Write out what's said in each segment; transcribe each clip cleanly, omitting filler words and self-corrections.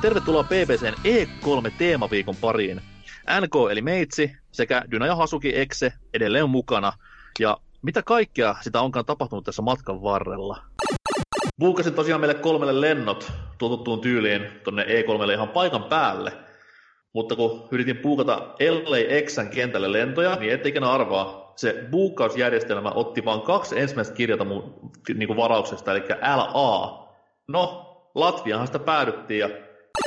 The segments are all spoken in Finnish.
tervetuloa BBCn E3-teemaviikon pariin. NK eli Meitsi sekä Dyna ja Hasuki Exe edelleen mukana. Ja mitä kaikkea sitä onkaan tapahtunut tässä matkan varrella? Buukasin tosiaan meille 3 lennot tuttuun tyyliin tonne E3 ihan paikan päälle. Mutta kun yritin buukata LAXn kentälle lentoja, niin et ikinä arvaa. Se buukkausjärjestelmä otti vaan 2 ensimmäistä kirjata mun niinku varauksesta, eli LA. No, Latviahan sitä päädyttiin ja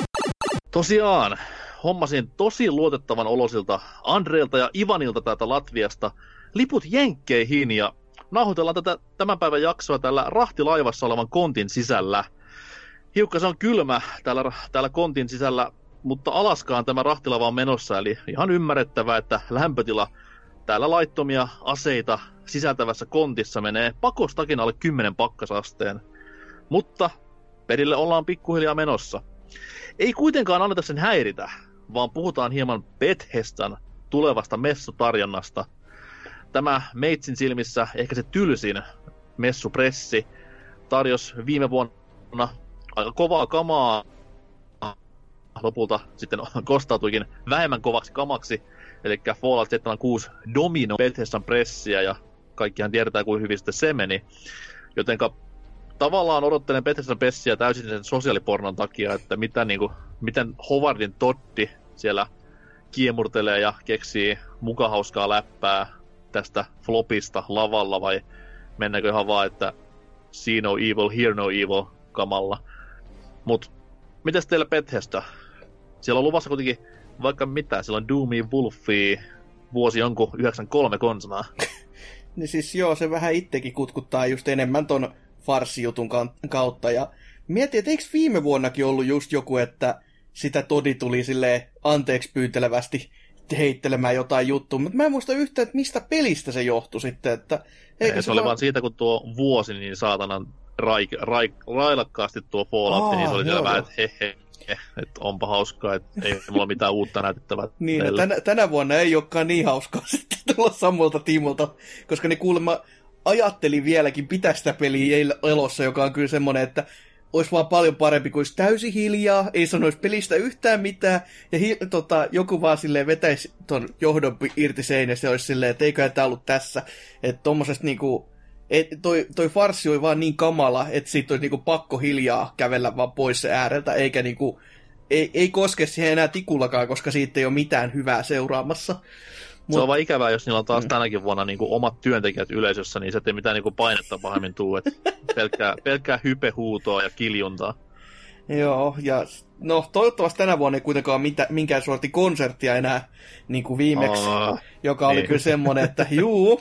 tosiaan hommasin tosi luotettavan olosilta Andreilta ja Ivanilta täältä Latviasta liput jenkkeihin ja nauhoitellaan tätä tämän päivän jaksoa täällä rahtilaivassa olevan kontin sisällä. Hiukka se on kylmä täällä kontin sisällä, mutta Alaskaan tämä rahtilaiva on menossa, eli ihan ymmärrettävää, että lämpötila täällä laittomia aseita sisältävässä kontissa menee pakostakin alle 10 pakkasasteen. Mutta perille ollaan pikkuhiljaa menossa. Ei kuitenkaan anneta sen häiritä, vaan puhutaan hieman Bethesdan tulevasta messutarjonnasta. Tämä Meitsin silmissä ehkä se tylsin messupressi tarjosi viime vuonna aika kovaa kamaa. Lopulta sitten kostautuikin vähemmän kovaksi kamaksi, eli Fallout 76 domino Bethesdan pressiä, ja kaikkihan tiedetään, kuinka hyvin sitten se meni. Jotenka tavallaan odottelen Bethesdan pressiä täysin sen sosiaalipornon takia, että miten Howardin Toddi siellä kiemurtelee ja keksii mukahauskaa läppää tästä flopista lavalla, vai mennäänkö ihan vaan, että see no evil, hear no evil kamalla. Mut mitäs teillä Bethesda? Siellä on luvassa kuitenkin vaikka mitä, siellä on Doomia, Wolfia, vuosi jonkun 93 konsanaa. Niin siis joo, se vähän itsekin kutkuttaa just enemmän ton farssijutun kautta. Ja mietin, että eikö viime vuonnakin ollut just joku, että sitä Todi tuli silleen anteeksi pyytelevästi heittelemään jotain juttua. Mutta mä en muista yhtään, että mistä pelistä se johtui sitten. Että se oli vaan siitä, kun tuo vuosi niin saatanan railakkaasti tuo Fallout, niin se oli siellä vähän, että että onpa hauskaa, että ei mulla mitään uutta näytettävää. Niin, tänä vuonna ei olekaan niin hauskaa sitten tulla samalta tiimolta, koska ne kuulemma ajatteli vieläkin pitää sitä peliä elossa, joka on kyllä semmoinen, että olisi vaan paljon parempi, kuin olisi täysin hiljaa, ei sanoisi pelistä yhtään mitään, ja joku vaan silleen vetäisi ton johdon irti seinästä ja olisi silleen, että eiköhän tämä ollut tässä. Että tommosesta niinku, toi farssi oli vaan niin kamala, että siitä olisi niinku pakko hiljaa kävellä vaan pois se ääreltä, eikä niinku, ei koske siihen enää tikullakaan, koska siitä ei ole mitään hyvää seuraamassa. Se on vaan ikävää, jos niillä on taas tänäkin vuonna niinku omat työntekijät yleisössä, niin se ei mitään niinku painetta pahemmin tule. Pelkkää hypehuutoa ja kiljuntaa. Joo, ja no toivottavasti tänä vuonna ei kuitenkaan minkään sortin konserttia enää niin kuin viimeksi, joka oli kyllä semmoinen, että juu,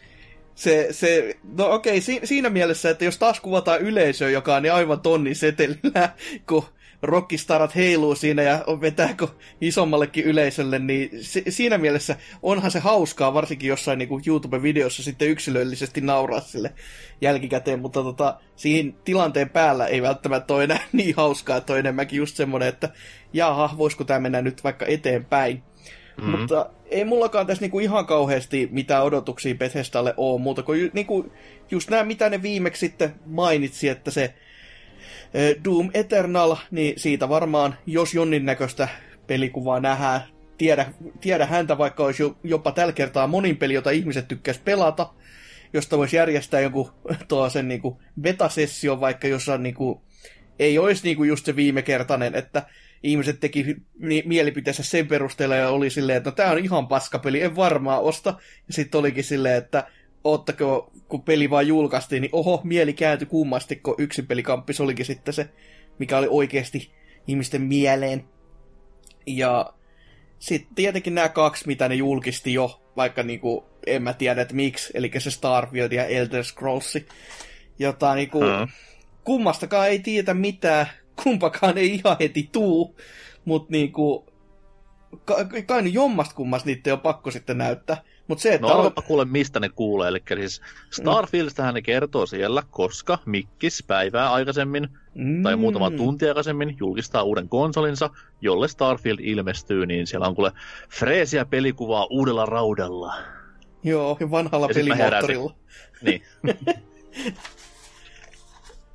no okei, siinä mielessä, että jos taas kuvataan yleisöä, joka on niin aivan tonnin setelillä, kun rockistarat heiluu siinä ja vetääkö isommallekin yleisölle, niin siinä mielessä onhan se hauskaa, varsinkin jossain niin kuin YouTube-videossa sitten yksilöllisesti nauraa sille jälkikäteen, mutta siinä tilanteen päällä ei välttämättä ole enää niin hauskaa, että on enemmänkin just semmoinen, että jaha, voisiko tämä mennä nyt vaikka eteenpäin. Mm-hmm. Mutta ei mullakaan tässä niinku ihan kauheasti mitään odotuksia Bethesdalle ole muuta kuin niinku just nämä, mitä ne viimeksi sitten mainitsi, että se Doom Eternal, niin siitä varmaan, jos jonninnäköistä pelikuvaa nähdään, tiedä häntä, vaikka olisi jopa tällä kertaa monin peli, jota ihmiset tykkäisi pelata, josta voisi järjestää jonkun tuollaisen niinku beta-session, vaikka jossain niinku, ei olisi niinku just se viimekertainen, että ihmiset teki mielipiteensä sen perusteella ja oli silleen, että no, tää on ihan paskapeli, en varmaan osta. Ja sitten olikin silleen, että oottako, kun peli vaan julkaistiin, niin oho, mieli kääntyi kummasti, kun yksin pelikamppis olikin sitten se, mikä oli oikeasti ihmisten mieleen. Ja sitten tietenkin nämä 2, mitä ne julkisti jo, vaikka niinku, en mä tiedä, että miksi, eli se Starfield ja Elder Scrolls, jota niinku, kummastakaan ei tiedä mitään, kumpakaan ei ihan heti tuu, mutta niinku, kai nyt jommasta kummasta niitä on pakko sitten näyttää. Mut se, että no kuule, mistä ne kuulee. Eli siis Starfieldstähän ne kertoo siellä, koska Mikkis päivää aikaisemmin, tai muutama tunti aikaisemmin, julkistaa uuden konsolinsa, jolle Starfield ilmestyy, niin siellä on kuule freesiä pelikuvaa uudella raudalla. Joo, ja vanhalla pelimoottorilla. Niin.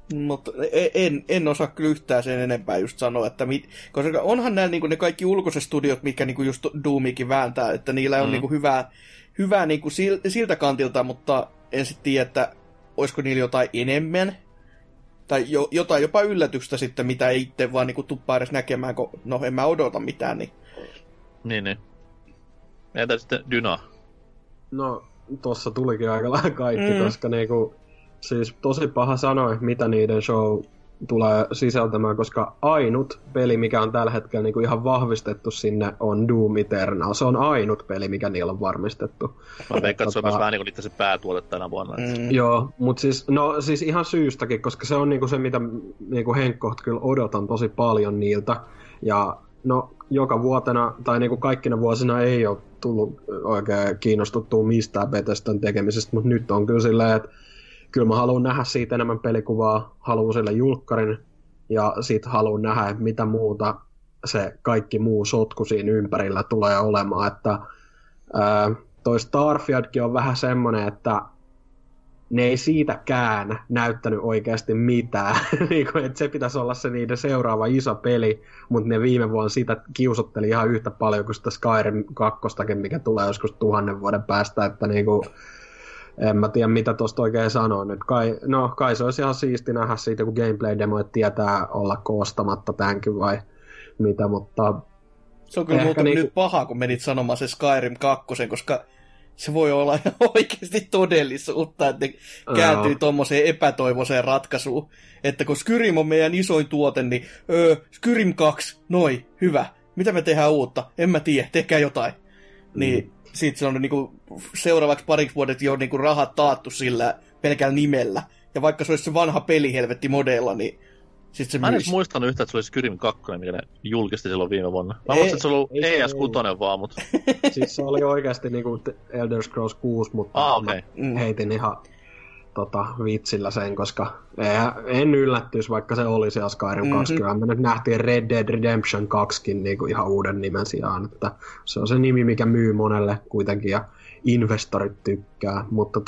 Mutta en osaa kyllä yhtään sen enempää just sanoa, että koska onhan nämä niinku ne kaikki ulkoiset studiot, mitkä niinku just Doomikin vääntää, että niillä on niinku hyvää niinku siltä kantilta, mutta en sitten tiedä, että olisiko niillä jotain enemmän, tai jotain jopa yllätystä sitten, mitä ei itse vaan niinku tuppaa edes näkemään, kun no en mä odota mitään. Niin. Entä sitten Dyna? No, tossa tulikin aika lailla kaikki, koska niinku, siis tosi paha sanoa, mitä niiden show tulee sisältämään, koska ainut peli, mikä on tällä hetkellä niinku ihan vahvistettu sinne, on Doom Eternal. Se on ainut peli, mikä niillä on varmistettu. Mä veikkaan, että se on myös vähän niinku se päätuote tänä vuonna. Joo, mutta siis ihan syystäkin, koska se on niinku se, mitä niinku Henkko kyllä odotan tosi paljon niiltä. Ja no, joka vuotena, tai niinku kaikkina vuosina ei ole tullut oikein kiinnostuttua mistään Bethesdan tekemisestä, mutta nyt on kyllä silleen, että kyllä mä haluan nähdä siitä enemmän pelikuvaa, haluan sille julkkarin, ja sit haluan nähdä, että mitä muuta se kaikki muu sotku siinä ympärillä tulee olemaan, että toi Starfieldkin on vähän semmonen, että ne ei siitäkään näyttänyt oikeasti mitään, että se pitäisi olla se niiden seuraava iso peli, mutta ne viime vuonna sitä kiusotteli ihan yhtä paljon kuin sitä Skyrim 2, mikä tulee joskus 1000 vuoden päästä, että niinku en mä tiedä, mitä tosta oikein sanoo nyt. Kai se olisi ihan siisti nähdä siitä, kun gameplay-demo, että tietää olla koostamatta tämänkin vai mitä, mutta se on kyllä muuten nyt paha, kun menit sanomaan se Skyrim 2, koska se voi olla ihan oikeasti todellisuutta, että ne kääntyy tommoseen epätoivoiseen ratkaisuun. Että kun Skyrim on meidän isoin tuote, niin Skyrim 2, hyvä. Mitä me tehdään uutta? En mä tiedä, tehkää jotain. Niin siitä se on niinku seuraavaksi pariksi vuodet jo niinku rahat taattu sillä pelkällä nimellä. Ja vaikka se olisi se vanha peli helvetti modella, niin sit se mä en edes muistanut yhtään, että se oli Skyrim 2, mikä ne julkisti silloin viime vuonna. Mä muistan, että se oli ES6 vaan, mutta siis se oli oikeasti niinku Elder Scrolls 6, mutta heitin ihan vitsillä sen, koska en yllättyisi, vaikka se oli siellä Skyrim 2. Me nyt nähtiin Red Dead Redemption 2 niinku ihan uuden nimen sijaan, että se on se nimi, mikä myy monelle kuitenkin ja investorit tykkää, mutta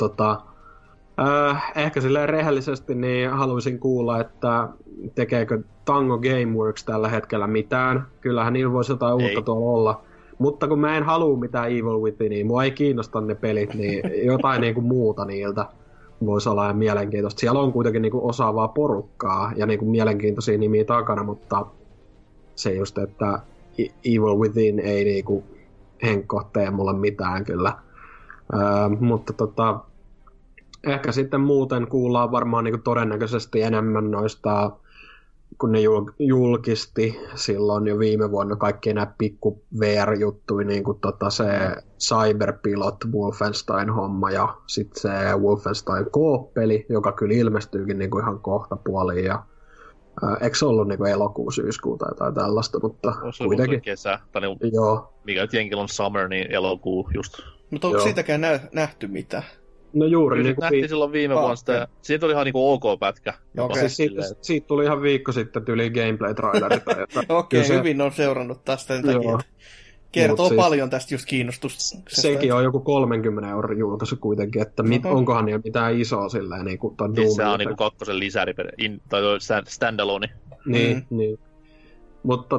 ehkä silleen rehellisesti niin haluaisin kuulla, että tekeekö Tango Gameworks tällä hetkellä mitään. Kyllähän niillä voisi jotain uutta tuolla olla. Mutta kun mä en halua mitään Evil Withinia, mua ei kiinnosta ne pelit, niin jotain niinku muuta niiltä voisi olla ihan mielenkiintoista. Siellä on kuitenkin niinku osaavaa porukkaa ja niinku mielenkiintoisia nimiä takana, mutta se just, että Evil Within ei niinku Henkko tee mulle mitään kyllä. Mutta ehkä sitten muuten kuullaan varmaan niinku todennäköisesti enemmän noista, kun ne julkisti silloin jo viime vuonna kaikki nämä pikku VR-juttuja, niin kuin se Cyberpilot Wolfenstein-homma ja sitten se Wolfenstein Co-peli, joka kyllä ilmestyykin niinku ihan kohta puoliin. Ja, eikö se ollut niinku elokuu, syyskuuta tai jotain tällaista, mutta kuitenkin. Kesä, tai niinku, mikä nyt jenkillä on summer, niin elokuu just. Mutta onko siitäkään nähty mitään? No juuri. Kyllä niin nähtiin silloin viime vuonna sitä. Siitä oli ihan niinku OK-pätkä. Okay. Siis siitä tuli ihan viikko sitten yli gameplay-trailerit. Okei, hyvin on seurannut tästä takia. Kertoo paljon tästä just kiinnostusta. Sekin on joku 30 € julkaisu kuitenkin, että onkohan niillä mitään isoa silleen niin kuin tuon Doom. Se on niinku 2 lisäri, tai standalone. Niin. Mutta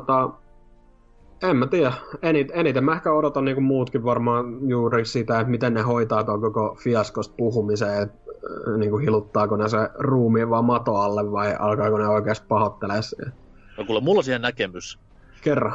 en mä tiedä. Eniten mä ehkä odotan niin kuin muutkin varmaan juuri sitä, että miten ne hoitaa tuon koko fiaskosta puhumiseen, että niin kuin hiluttaako ne se ruumiin vaan mato alle vai alkaako ne oikeasti pahoittelee siihen. No kuule, mulla on siihen näkemys. Kerro.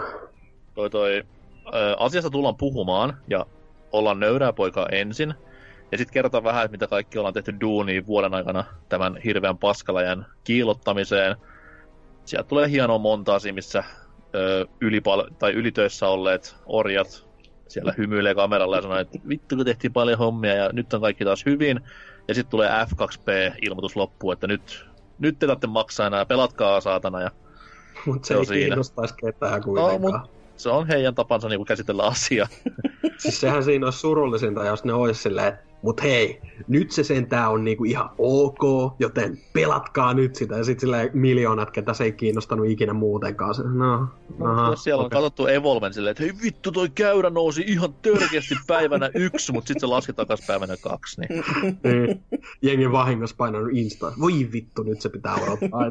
Asiasta tullaan puhumaan ja ollaan nöyrää poikaa ensin. Ja sitten kerrotaan vähän, että mitä kaikki ollaan tehty duunia vuoden aikana tämän hirveän paskalajan kiillottamiseen. Sieltä tulee hienoa montaasia, missä ylitöissä olleet orjat siellä hymyilee kameralla ja sanoo, että vittu kun tehtiin paljon hommia ja nyt on kaikki taas hyvin. Ja sitten tulee F2P-ilmoitus loppuun, että nyt te tarvitse maksaa enää, pelatkaa saatana. Ja mutta se ei kiinnostaisi ketään kuitenkaan. Se on heidän tapansa niinku käsitellä asiaa. Siis sehän siinä olisi surullisinta, jos ne olisi silleen, että Mut hei, nyt se sentään on niinku ihan ok, joten pelatkaa nyt sitä. Ja sit silleen miljoonat, ketä se ei kiinnostanut ikinä muutenkaan. Jos siellä on katsottu Evolven silleen, että hei vittu toi käyrä nousi ihan törkeästi päivänä 1, mut sit se laski takas päivänä 2. Niin. Jengi vahingossa painanut Insta. Voi vittu, nyt se pitää odottaa.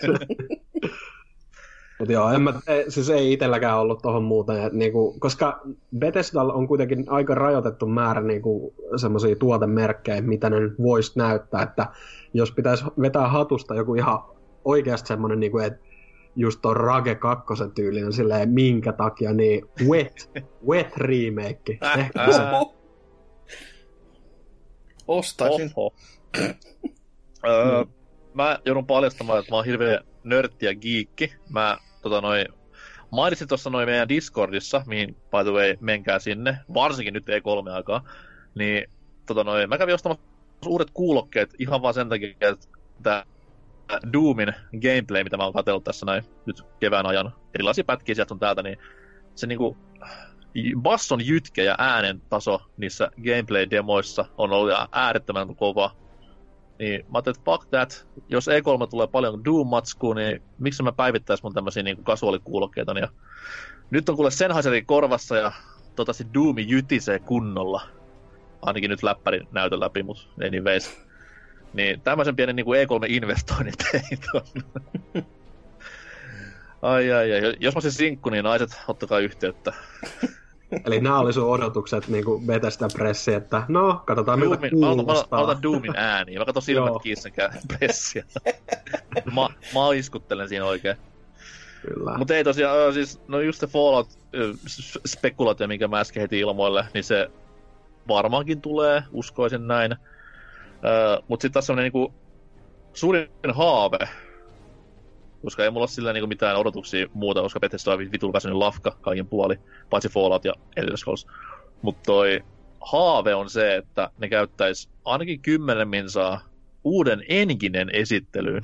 Mutta joo, siis ei itselläkään ollut tohon muuten, niinku, koska Bethesdalla on kuitenkin aika rajoitettu määrä niinku, semmosia tuotemerkkejä, mitä ne vois näyttää, että jos pitäisi vetää hatusta joku ihan oikeasti semmonen, niinku, että just ton Rage 2 tyylinen, silleen minkä takia, niin Wet remake. Ehkä se. Ostaisin. Mä joudun paljastamaan, että mä oon hirveä nörtti ja geekki. Mä mainitsin tuossa meidän Discordissa, mihin by the way menkää sinne, varsinkin nyt E3 aikaa, niin mä kävin ostamassa uudet kuulokkeet ihan vaan sen takia, että tää Doomin gameplay, mitä mä oon katsellut tässä näin nyt kevään ajan, erilaisia pätkiä sieltä on täältä, niin se niinku basson jytke ja äänen taso niissä gameplay-demoissa on ollut äärettömän kova. Niin mä ajattelin, että fuck that, jos E3 tulee paljon Doom-matskuun, niin miksi mä päivittäis mun tämmösiä niinku kasuaalikuulokkeita. Ja nyt on kuule Sennheiserin korvassa ja Doomi jytisee kunnolla. Ainakin nyt läppärin näytön läpi, mut anyways. Niin tämmösen pienen niinku E3-investoinnin tein tuonne. Ai. Jos mä siis sinkku, niin naiset, ottakaa yhteyttä. Eli nää oli sun odotukset niinku Bethesda pressi, että no, katsotaan miltä kuulostaa. Mä otan Doomin ääniä, mä katson silmät kiinni pressiä. Mä iskuttelen siinä oikein. Kyllä. Mut ei tosiaan, siis, no just se Fallout-spekulaatio, minkä mä äsken heti ilmoille, niin se varmaankin tulee, uskoisin näin. Mut sit taas semmonen niinku suurin haave, koska ei mulla ole sillä niinku mitään odotuksia muuta, koska Bethesda on vitun väsynyt lafka kaikin puoli, paitsi Fallout ja Elder Scrolls. Mut toi haave on se, että ne käyttäis ainakin 10 minsaa uuden enginen esittelyyn.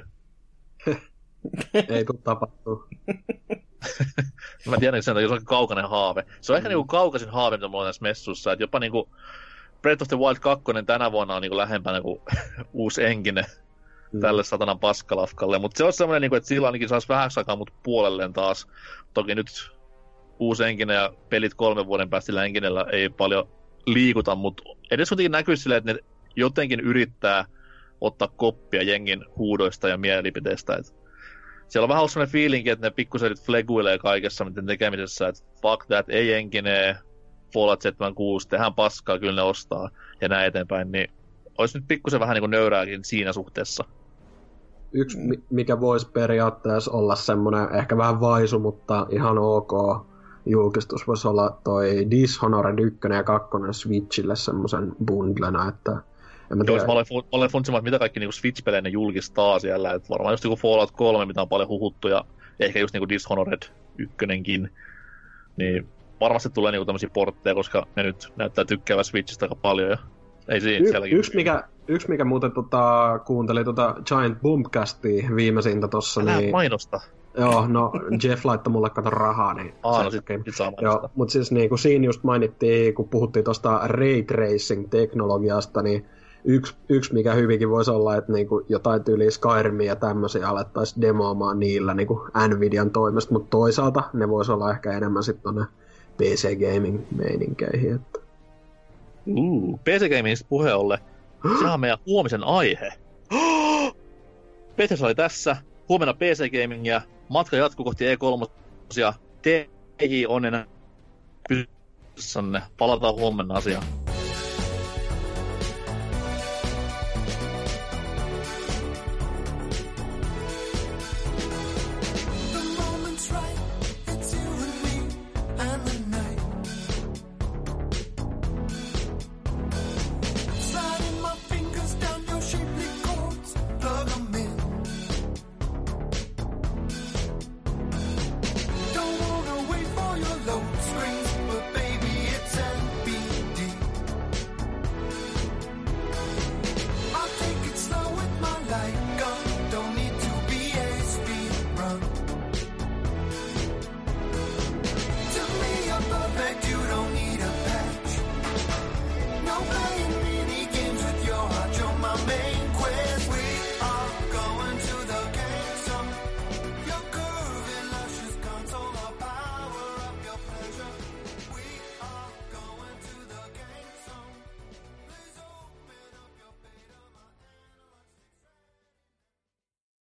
Ei tuu tapahtuu. Mä tiedän, että se on kaukainen haave. Se on ehkä niinku kaukaisin haave, mitä mulla on tässä messussa, että jopa niinku Breath of the Wild 2 tänä vuonna on niinku lähempänä kuin uusi engine. Tälle satanan paskalafkalle, mutta se on semmoinen, niin että sillä ainakin saisi vähäksi aikaa mut puolelleen taas. Toki nyt uusi enkinen ja pelit 3 vuoden päästä sillä enkinellä ei paljon liikuta, mutta edes kuitenkin näkyy silleen, että ne jotenkin yrittää ottaa koppia jengin huudoista ja mielipiteistä. Et siellä on vähän ollut semmoinen fiilinki, että ne pikkusen nyt fleguilee kaikessa miten tekemisessä, että fuck that, ei enkinee, Fallout 76, tehdään paskaa, kyllä ne ostaa ja näin eteenpäin, niin olisi nyt pikkusen vähän niin kuin nöyrääkin siinä suhteessa. Yksi, mikä voisi periaatteessa olla semmoinen ehkä vähän vaisu, mutta ihan ok julkistus voisi olla toi Dishonored 1 ja 2 Switchille semmoisen bundlena, että en mä tiedä. Joo, mä olen funtsimaan, että mitä kaikki niinku Switch-pelejä ne julkistaa siellä, että varmaan just niinku Fallout 3, mitä on paljon huhuttu, ja ehkä just niinku Dishonored 1:kin, niin varmasti tulee niinku tämmösiä portteja, koska ne nyt näyttää tykkäävän Switchistä aika paljon, ja ei siinä sielläkin. Yksi mikä muuten kuunteli Giant Bombcastia viimeisintä tossa, älä niin mainosta. Joo, no Jeff laittoi mulle kato rahaa, niin no sit saa mainostaa. Joo, mut siis niinku siinä just mainittiin, kun puhuttiin tosta Ray Tracing-teknologiasta, niin yksi mikä hyvinkin voisi olla, että niinku jotain tyyliä Skyrimia ja tämmöisiä alettaisiin demoamaan niillä niinku Nvidian toimesta, mutta toisaalta ne voisi olla ehkä enemmän sitten tonne PC Gaming-meininkeihin, että PC Gamingista puheen ollen, sehän on meidän huomisen aihe. Bethesda oli tässä, huomenna PC Gamingia, matka jatkuu kohti E3, ja TI on enää pysyssanne. Palataan huomenna asiaan.